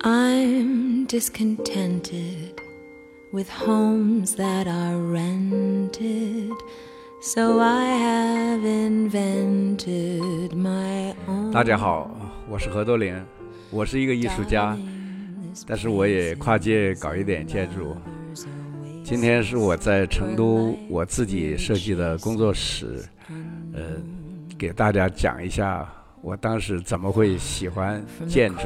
I'm discontented with homes that are rented, so I have invented my own. 大家好，我是何多林，我是一个艺术家，但是我也跨界搞一点建筑。今天是我在成都我自己设计的工作室，给大家讲一下我当时怎么会喜欢建筑。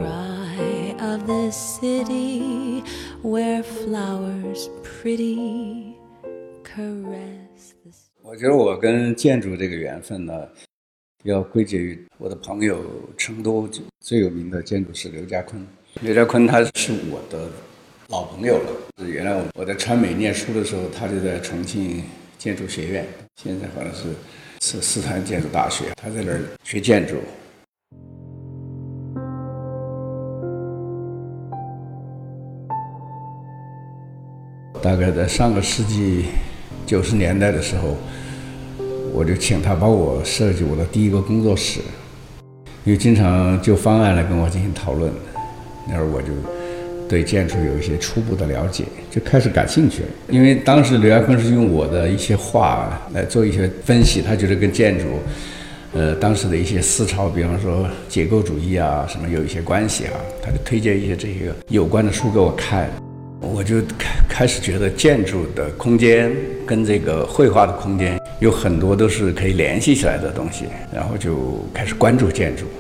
我觉得我跟建筑这个缘分呢，要归结于我的朋友，成都最有名的建筑师刘家坤。刘家坤他是我的老朋友了，原来我在川美念书的时候，他就在重庆建筑学院，现在好像是四川建筑大学，他在那儿学建筑。大概在上个世纪90年代的时候，我就请他帮我设计我的第一个工作室，因为经常就方案来跟我进行讨论，那会儿我就对建筑有一些初步的了解，就开始感兴趣了。因为当时刘家坤是用我的一些画来做一些分析，他觉得跟建筑当时的一些思潮，比方说解构主义啊什么有一些关系啊，他就推荐一些这个有关的书给我看。我就开始觉得建筑的空间跟这个绘画的空间有很多都是可以联系起来的东西，然后就开始关注建筑。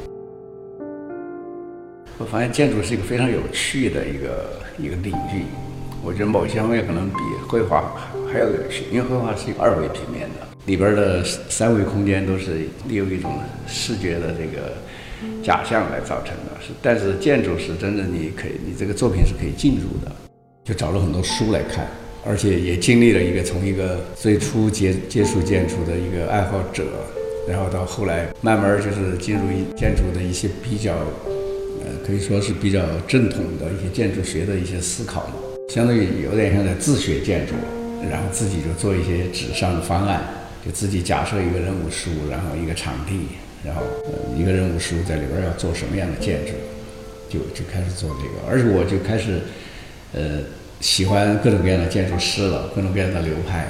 我发现建筑是一个非常有趣的一个领域，我觉得某些方面可能比绘画还要有趣，因为绘画是一个2维平面的，里边的3维空间都是利用一种视觉的这个假象来造成的，但是建筑是真正你这个作品是可以进入的。就找了很多书来看，而且也经历了从一个最初接触建筑的一个爱好者，然后到后来慢慢就是进入建筑的一些比较可以说是比较正统的一些建筑学的一些思考嘛，相当于有点像在自学建筑，然后自己就做一些纸上的方案，就自己假设一个人物书，然后一个场地，然后一个人物书在里边要做什么样的建筑，就开始做这个，而且我就开始喜欢各种各样的建筑师了，各种各样的流派。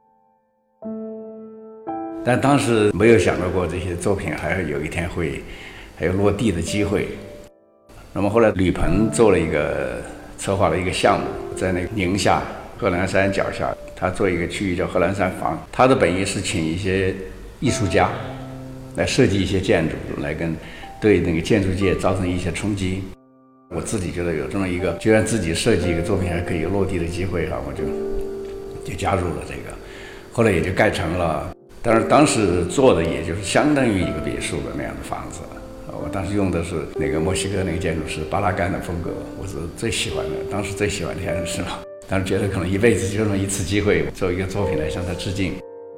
但当时没有想到过这些作品还有一天还有落地的机会。那么后来吕鹏策划了一个项目，在那个宁夏贺兰山脚下，他做一个区域叫贺兰山坊，他的本意是请一些艺术家来设计一些建筑，来对那个建筑界造成一些冲击。我自己觉得有这么一个，居然自己设计一个作品还可以有落地的机会啊，我就加入了这个，后来也就盖成了。但是当时做的也就是相当于一个别墅的那样的房子，我当时用的是那个墨西哥那个建筑师巴拉干的风格，我是最喜欢的，当时最喜欢的建筑师了。但是觉得可能一辈子就这么一次机会，做一个作品来向他致敬。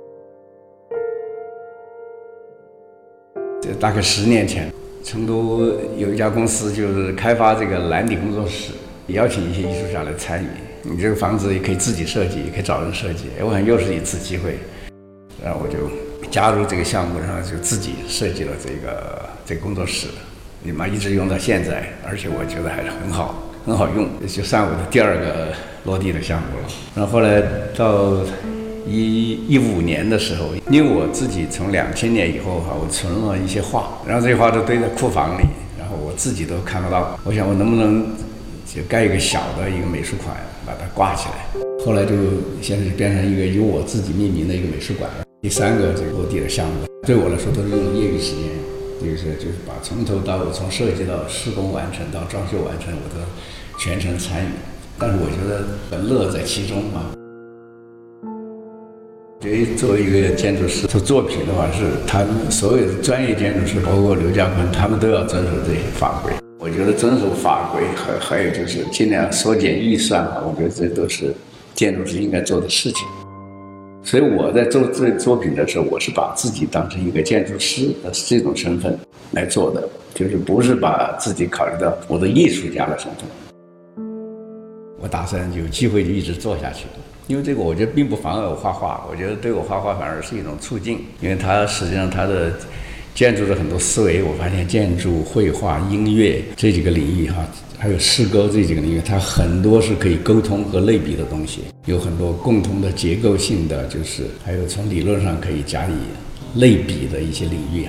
这大概10年前。成都有一家公司就是开发这个蓝底工作室，邀请一些艺术家来参与。你这个房子也可以自己设计，也可以找人设计。我想又是一次机会，然后我就加入这个项目，然后就自己设计了这个工作室，一直用到现在，而且我觉得还是很好用，就算我的第2个落地的项目了。然后后来到15年的时候，因为我自己从2000年以后我存了一些画，然后这些画都堆在库房里，然后我自己都看不到。我想我能不能就盖一个小的一个美术馆，把它挂起来。后来现在就变成一个由我自己命名的一个美术馆。第3个这个落地的项目，对我来说都是用业余时间，就是把从头到尾，从设计到施工完成到装修完成，我都全程参与。但是我觉得乐在其中嘛。作为一个建筑师做作品的话，是他们所有的专业建筑师，包括刘家坤，他们都要遵守这些法规。我觉得遵守法规还有就是尽量缩减预算，我觉得这都是建筑师应该做的事情。所以我在做这作品的时候，我是把自己当成一个建筑师的这种身份来做的，就是不是把自己考虑到我的艺术家的身份。我打算有机会就一直做下去。因为这个我觉得并不妨碍我画画，我觉得对我画画反而是一种促进，因为它实际上它的建筑的很多思维，我发现建筑、绘画、音乐这几个领域还有诗歌这几个领域，它很多是可以沟通和类比的东西，有很多共同的结构性的，就是还有从理论上可以加以类比的一些领域。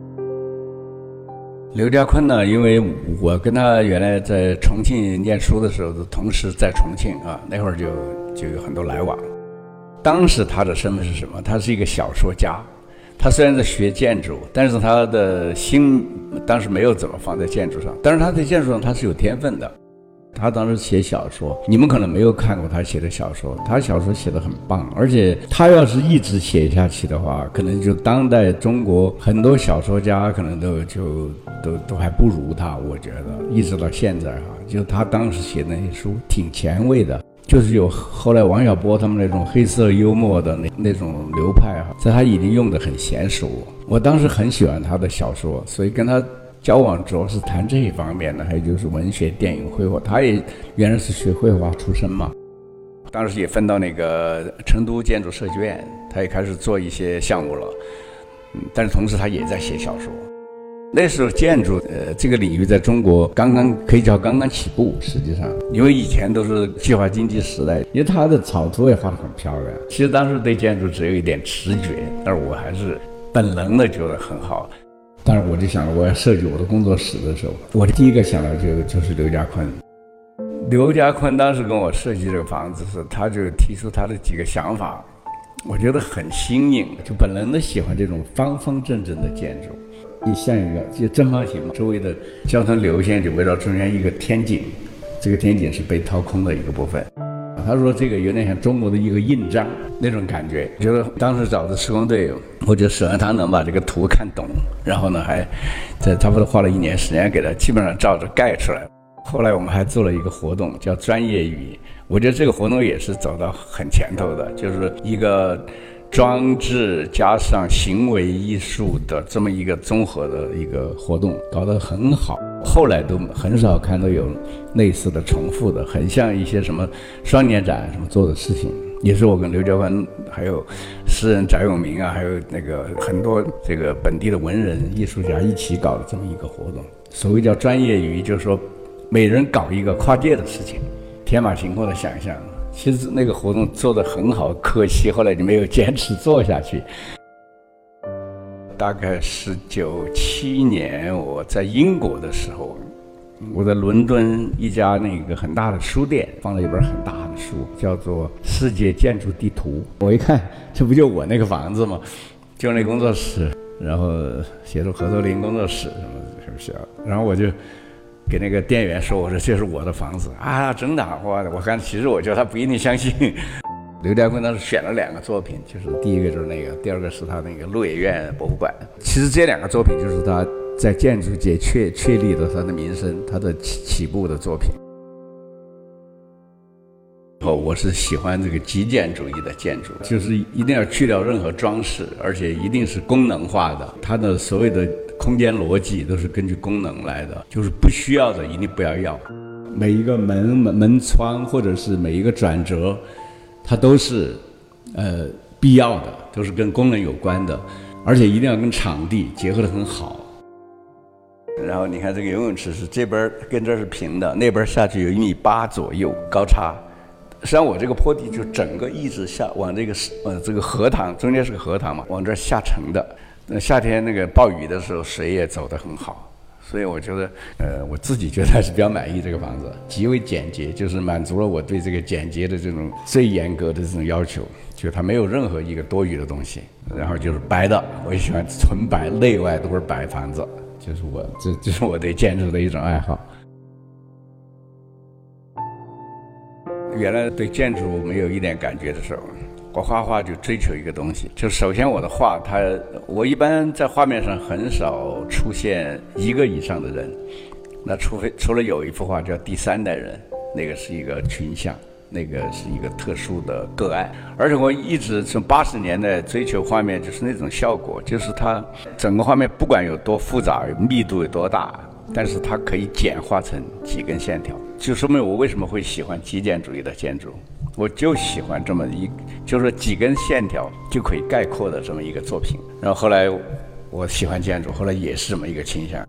刘家坤呢，因为我跟他原来在重庆念书的时候，同时在重庆那会儿就有很多来往。当时他的身份是什么？他是一个小说家。他虽然在学建筑，但是他的心当时没有怎么放在建筑上，但是他在建筑上他是有天分的。他当时写小说，你们可能没有看过他写的小说，他小说写得很棒，而且他要是一直写下去的话，可能就当代中国很多小说家可能都还不如他，我觉得一直到现在就他当时写的那些书挺前卫的，就是有后来王小波他们那种黑色幽默的那种流派在他已经用得很娴熟。我当时很喜欢他的小说，所以跟他交往主要是谈这一方面的，还有就是文学、电影、绘画。他也原来是学绘画出身嘛，当时也分到那个成都建筑设计院，他也开始做一些项目了。但是同时他也在写小说。那时候建筑这个领域在中国可以叫刚刚起步，实际上因为以前都是计划经济时代，因为它的草图也画得很漂亮。其实当时对建筑只有一点直觉，但是我还是本能的觉得很好。当时我就想我要设计我的工作室的时候，我第一个想到就是刘家坤。刘家坤当时跟我设计这个房子时，他就提出他的几个想法，我觉得很新颖，就本能的喜欢这种方方正正的建筑。你像一个就正方形嘛，周围的交通流线就围绕中间一个天井，这个天井是被掏空的一个部分。他说这个有点像中国的一个印章那种感觉。觉得当时找的施工队，我就指望他能把这个图看懂，然后呢还在差不多花了1年时间给他基本上照着盖出来。后来我们还做了一个活动叫专业语，我觉得这个活动也是走到很前头的，就是一个装置加上行为艺术的这么一个综合的一个活动，搞得很好。后来都很少看到有类似的重复的，很像一些什么双年展什么做的事情，也是我跟刘家坤还有诗人翟永明还有那个很多这个本地的文人艺术家一起搞的这么一个活动。所谓叫专业语，就是说每人搞一个跨界的事情，天马行空的想象。其实那个活动做得很好，可惜后来就没有坚持做下去。大概是97年我在英国的时候，我在伦敦一家那个很大的书店放了一本很大的书，叫做《世界建筑地图》。我一看，这不就我那个房子吗？就那工作室，然后写着何作林工作室什么是不是？然后我就给那个店员说，我说这是我的房子啊，真的啊！我看其实我觉得他不一定相信。刘家坤当时选了2个作品，就是第一个就是那个，第二个是他那个鹿野苑博物馆。其实这2个作品就是他在建筑界确立的他的名声，他的起步的作品。我是喜欢这个极简主义的建筑，就是一定要去掉任何装饰，而且一定是功能化的。它的所谓的空间逻辑都是根据功能来的，就是不需要的一定不要。每一个门窗或者是每一个转折，它都是必要的，都是跟功能有关的，而且一定要跟场地结合得很好。然后你看这个游泳池是这边跟这是平的，那边下去有1.8米左右高差。实际上我这个坡地就整个一直下往这个荷塘，中间是个荷塘嘛，往这下沉的。夏天那个暴雨的时候，水也走得很好，所以我觉得我自己觉得还是比较满意这个房子，极为简洁，就是满足了我对这个简洁的这种最严格的这种要求，就它没有任何一个多余的东西，然后就是白的，我也喜欢纯白，内外都是白房子，就是这是我对建筑的一种爱好。原来对建筑没有一点感觉的时候，我画画就追求一个东西，就首先我的画我一般在画面上很少出现1个以上的人，那除了有一幅画叫《第3代人》，那个是一个群像，那个是一个特殊的个案。而且我一直从80年代追求画面就是那种效果，就是它整个画面不管有多复杂，密度有多大，但是它可以简化成几根线条，就说明我为什么会喜欢极简主义的建筑。我就喜欢这么就是几根线条就可以概括的这么一个作品。然后后来我喜欢建筑，后来也是这么一个倾向。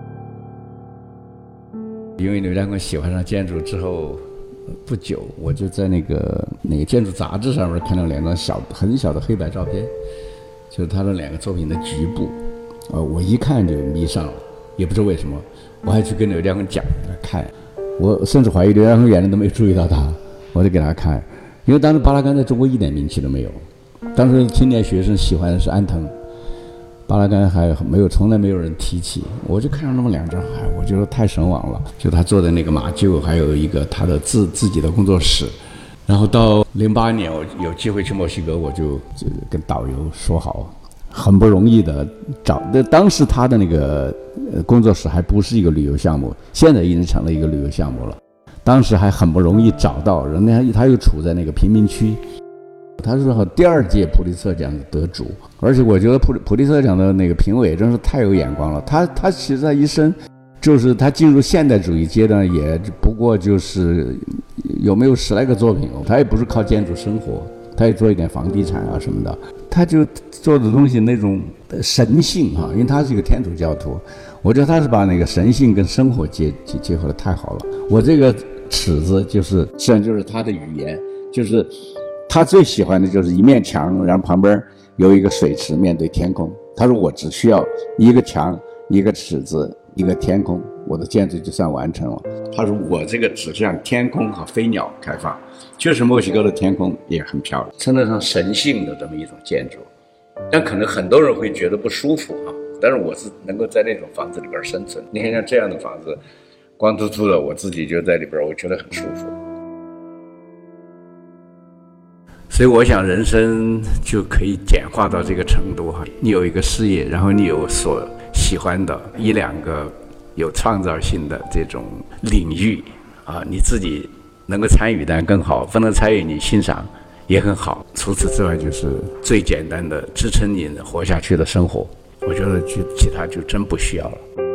因为刘家坤喜欢上建筑之后不久，我就在那个建筑杂志上面看到2张很小的黑白照片，就是他的2个作品的局部，我一看就迷上了，也不知道为什么，我还去跟刘家坤讲看，我甚至怀疑刘家坤原来都没有注意到他，我就给他看，因为当时巴拉干在中国一点名气都没有，当时青年学生喜欢的是安藤，巴拉干还没有，从来没有人提起，我就看上那么2张，我觉得太神往了。就他做的那个马厩，还有一个他的自己的工作室。然后到08年，我有机会去墨西哥，我就跟导游说好，很不容易的找。当时他的那个工作室还不是一个旅游项目，现在已经成了一个旅游项目了。当时还很不容易找到，人家他又处在那个贫民区。他是第2届普利策奖的得主，而且我觉得普利策奖的那个评委真是太有眼光了。他其实他一生就是他进入现代主义阶段，也不过就是有没有10来个作品，他也不是靠建筑生活，他也做一点房地产啊什么的。他就做的东西那种神性因为他是一个天主教徒，我觉得他是把那个神性跟生活结合的太好了。我这个尺子实际上就是他的语言，就是他最喜欢的就是一面墙，然后旁边有一个水池面对天空。他说我只需要一个墙、一个尺子、一个天空，我的建筑就算完成了。他说我这个指向天空和飞鸟开放，确实墨西哥的天空也很漂亮，称得上神性的这么一种建筑。但可能很多人会觉得不舒服但是我是能够在那种房子里边生存。你看像这样的房子，光秃秃的，我自己就在里边，我觉得很舒服。所以我想人生就可以简化到这个程度你有一个事业，然后你有所喜欢的1、2个有创造性的这种领域你自己能够参与当然更好，不能参与你欣赏也很好。除此之外就是最简单的支撑你活下去的生活，我觉得其他就真不需要了。